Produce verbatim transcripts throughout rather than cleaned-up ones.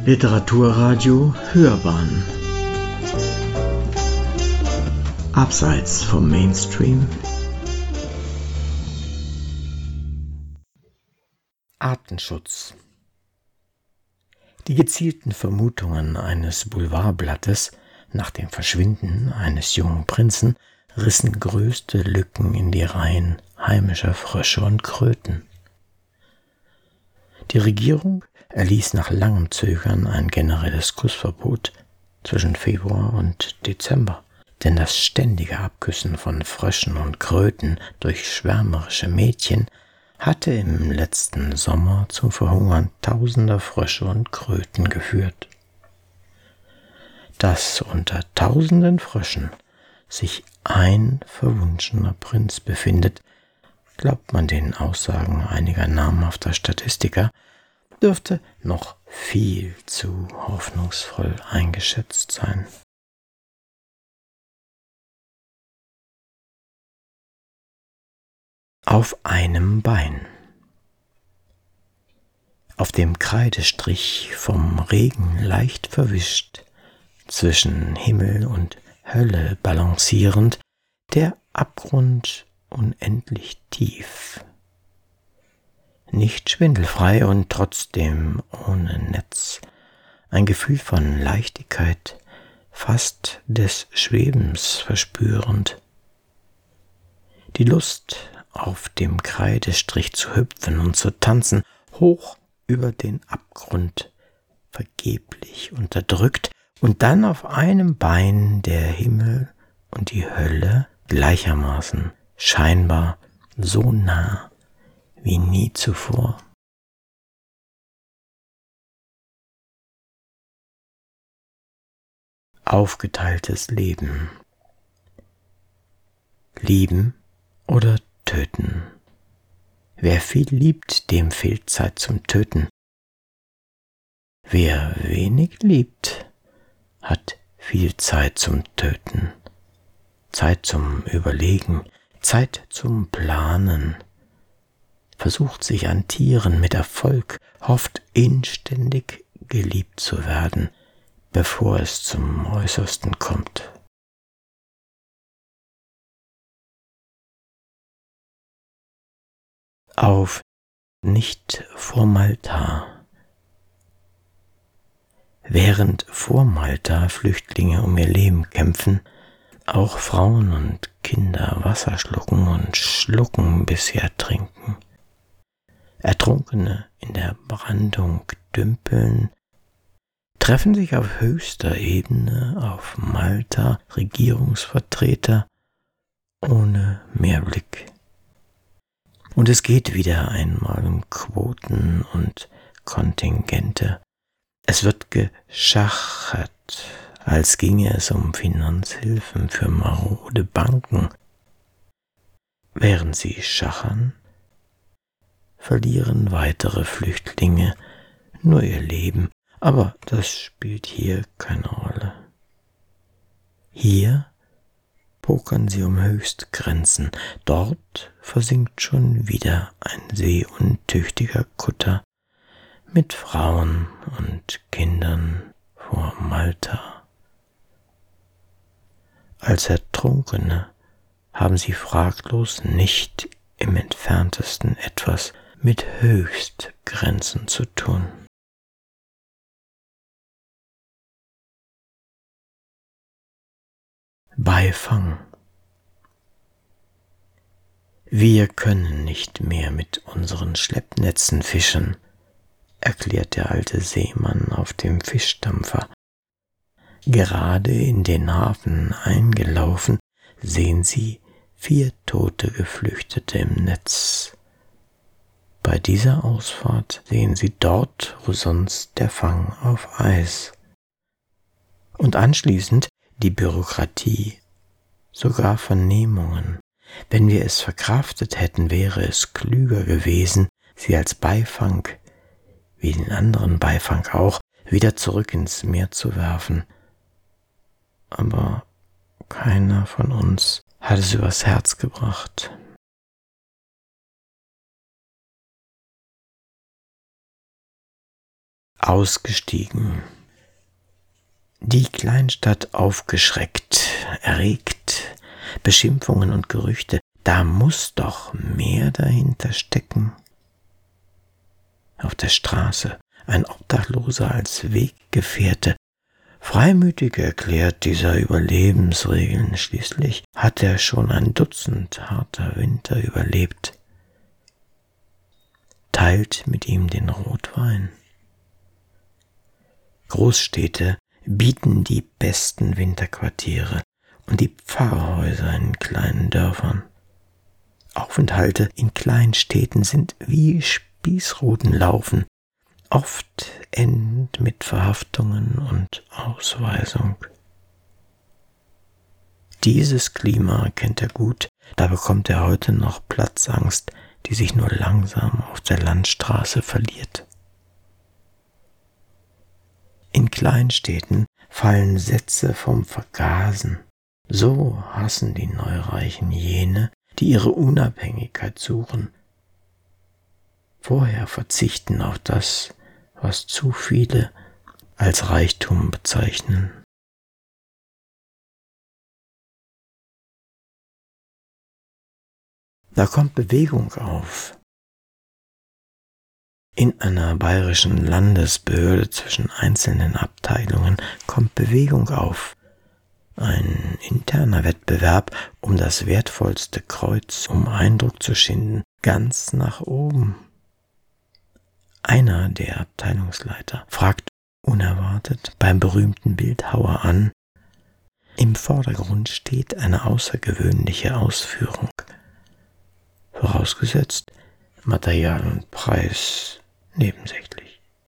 Literaturradio Hörbahn Abseits vom Mainstream. Artenschutz. Die gezielten Vermutungen eines Boulevardblattes nach dem Verschwinden eines jungen Prinzen rissen größte Lücken in die Reihen heimischer Frösche und Kröten. Die Regierung erließ nach langem Zögern ein generelles Kussverbot zwischen Februar und Dezember, denn das ständige Abküssen von Fröschen und Kröten durch schwärmerische Mädchen hatte im letzten Sommer zum Verhungern tausender Frösche und Kröten geführt. Dass unter tausenden Fröschen sich ein verwunschener Prinz befindet, glaubt man den Aussagen einiger namhafter Statistiker, dürfte noch viel zu hoffnungsvoll eingeschätzt sein. Auf einem Bein. Auf dem Kreidestrich vom Regen leicht verwischt, zwischen Himmel und Hölle balancierend, der Abgrund unendlich tief. Nicht schwindelfrei und trotzdem ohne Netz, ein Gefühl von Leichtigkeit, fast des Schwebens verspürend. Die Lust, auf dem Kreidestrich zu hüpfen und zu tanzen, hoch über den Abgrund, vergeblich unterdrückt, und dann auf einem Bein der Himmel und die Hölle gleichermaßen, scheinbar so nah wie nie zuvor. Aufgeteiltes Leben. Lieben oder töten? Wer viel liebt, dem fehlt Zeit zum Töten. Wer wenig liebt, hat viel Zeit zum Töten. Zeit zum Überlegen, Zeit zum Planen. Versucht sich an Tieren mit Erfolg, hofft inständig geliebt zu werden, bevor es zum Äußersten kommt. Auf nicht vor Malta. Während vor Malta Flüchtlinge um ihr Leben kämpfen, auch Frauen und Kinder Wasser schlucken und schlucken, bis sie ertrinken. Ertrunkene in der Brandung dümpeln, treffen sich auf höchster Ebene auf Malta Regierungsvertreter ohne Mehrblick. Und es geht wieder einmal um Quoten und Kontingente. Es wird geschachert, als ginge es um Finanzhilfen für marode Banken. Während sie schachern, verlieren weitere Flüchtlinge nur ihr Leben, aber das spielt hier keine Rolle. Hier pokern sie um Höchstgrenzen, dort versinkt schon wieder ein seeuntüchtiger Kutter mit Frauen und Kindern vor Malta. Als Ertrunkene haben sie fraglos nicht im entferntesten etwas mit Höchstgrenzen zu tun. Beifang. Wir können nicht mehr mit unseren Schleppnetzen fischen, erklärt der alte Seemann auf dem Fischdampfer. Gerade in den Hafen eingelaufen, sehen sie vier tote Geflüchtete im Netz. Bei dieser Ausfahrt sehen sie dort, wo sonst der Fang auf Eis. Und anschließend die Bürokratie, sogar Vernehmungen. Wenn wir es verkraftet hätten, wäre es klüger gewesen, sie als Beifang, wie den anderen Beifang auch, wieder zurück ins Meer zu werfen. Aber keiner von uns hat es übers Herz gebracht. ausgestiegen. Die Kleinstadt aufgeschreckt, erregt, Beschimpfungen und Gerüchte, da muss doch mehr dahinter stecken. Auf der Straße ein Obdachloser als Weggefährte, freimütig erklärt dieser Überlebensregeln, schließlich hat er schon ein Dutzend harter Winter überlebt, teilt mit ihm den Rotwein. Großstädte bieten die besten Winterquartiere und die Pfarrhäuser in kleinen Dörfern. Aufenthalte in Kleinstädten sind wie Spießrutenlaufen, oft endend mit Verhaftungen und Ausweisung. Dieses Klima kennt er gut, da bekommt er heute noch Platzangst, die sich nur langsam auf der Landstraße verliert. In Kleinstädten fallen Sätze vom Vergasen. So hassen die Neureichen jene, die ihre Unabhängigkeit suchen. Vorher verzichten auf das, was zu viele als Reichtum bezeichnen. Da kommt Bewegung auf. In einer bayerischen Landesbehörde zwischen einzelnen Abteilungen kommt Bewegung auf. Ein interner Wettbewerb um das wertvollste Kreuz, um Eindruck zu schinden, ganz nach oben. Einer der Abteilungsleiter fragt unerwartet beim berühmten Bildhauer an. Im Vordergrund steht eine außergewöhnliche Ausführung. Vorausgesetzt, Material und Preis nebensächlich.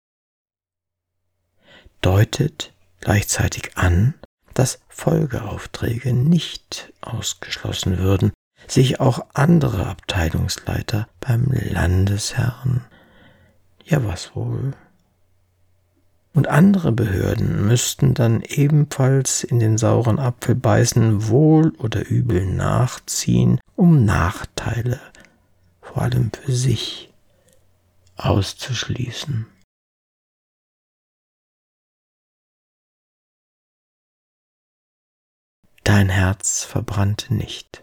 Deutet gleichzeitig an, dass Folgeaufträge nicht ausgeschlossen würden, sich auch andere Abteilungsleiter beim Landesherrn, ja was wohl, und andere Behörden müssten dann ebenfalls in den sauren Apfel beißen, wohl oder übel nachziehen, um Nachteile, vor allem für sich, auszuschließen. Dein Herz verbrannte nicht.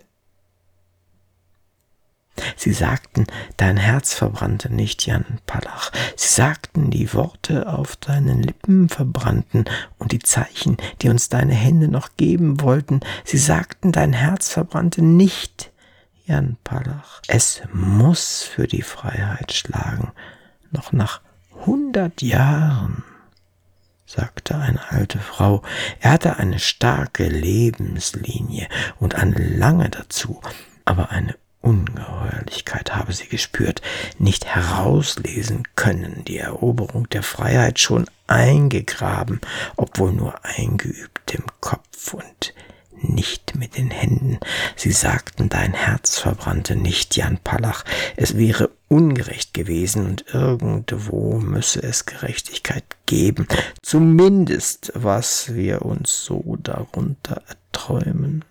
Sie sagten, dein Herz verbrannte nicht, Jan Palach. Sie sagten, die Worte auf deinen Lippen verbrannten und die Zeichen, die uns deine Hände noch geben wollten. Sie sagten, dein Herz verbrannte nicht, Jan Palach. Es muss für die Freiheit schlagen, noch nach hundert Jahren, sagte eine alte Frau. Er hatte eine starke Lebenslinie und eine lange dazu, aber eine Ungeheuerlichkeit habe sie gespürt, nicht herauslesen können, die Eroberung der Freiheit schon eingegraben, obwohl nur eingeübt im Kopf und nicht mit den Händen. Sie sagten, dein Herz verbrannte nicht, Jan Palach. Es wäre ungerecht gewesen und irgendwo müsse es Gerechtigkeit geben, zumindest was wir uns so darunter erträumen.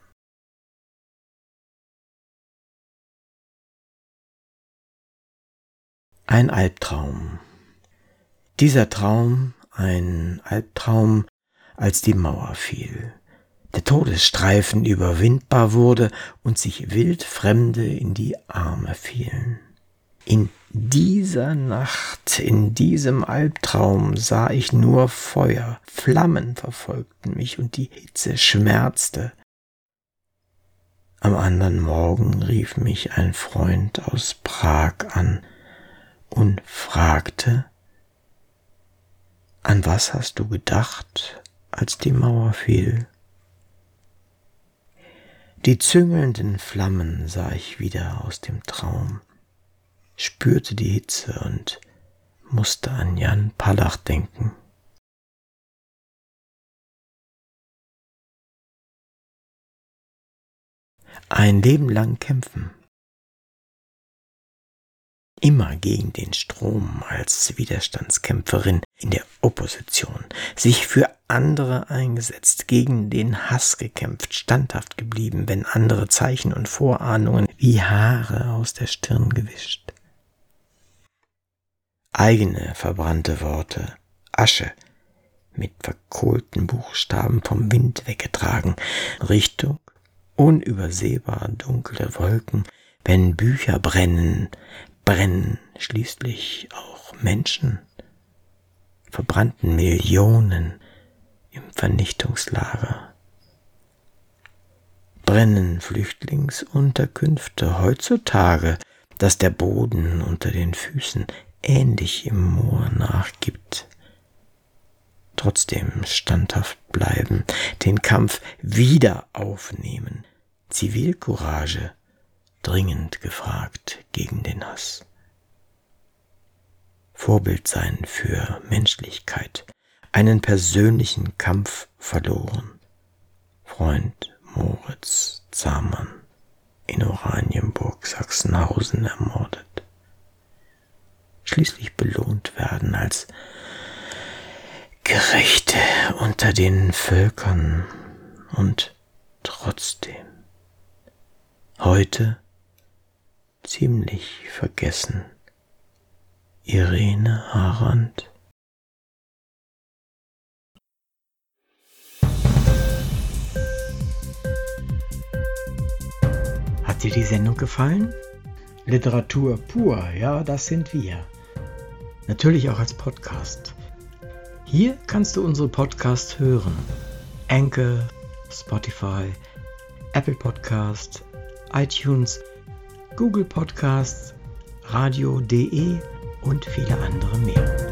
Ein Albtraum. Dieser Traum, ein Albtraum, als die Mauer fiel, der Todesstreifen überwindbar wurde und sich Wildfremde in die Arme fielen. In dieser Nacht, in diesem Albtraum sah ich nur Feuer, Flammen verfolgten mich und die Hitze schmerzte. Am anderen Morgen rief mich ein Freund aus Prag an und fragte, an was hast du gedacht, als die Mauer fiel? Die züngelnden Flammen sah ich wieder aus dem Traum, spürte die Hitze und musste an Jan Palach denken. Ein Leben lang kämpfen. Immer gegen den Strom als Widerstandskämpferin in der Opposition, sich für andere eingesetzt, gegen den Hass gekämpft, standhaft geblieben, wenn andere Zeichen und Vorahnungen wie Haare aus der Stirn gewischt. Eigene verbrannte Worte, Asche mit verkohlten Buchstaben vom Wind weggetragen, Richtung unübersehbar dunkle Wolken. Wenn Bücher brennen, brennen schließlich auch Menschen, verbrannten Millionen im Vernichtungslager. Brennen Flüchtlingsunterkünfte heutzutage, dass der Boden unter den Füßen ähnlich im Moor nachgibt. Trotzdem standhaft bleiben, den Kampf wieder aufnehmen, Zivilcourage dringend gefragt gegen den Hass. Vorbild sein für Menschlichkeit, einen persönlichen Kampf verloren. Freund Moritz Zamann, in Oranienburg, Sachsenhausen ermordet. Schließlich belohnt werden als Gerechte unter den Völkern und trotzdem heute ziemlich vergessen. Irene Harand. Hat dir die Sendung gefallen? Literatur pur, ja, das sind wir. Natürlich auch als Podcast. Hier kannst du unsere Podcasts hören. Anchor, Spotify, Apple Podcast, iTunes, Google Podcasts, radio punkt de und viele andere mehr.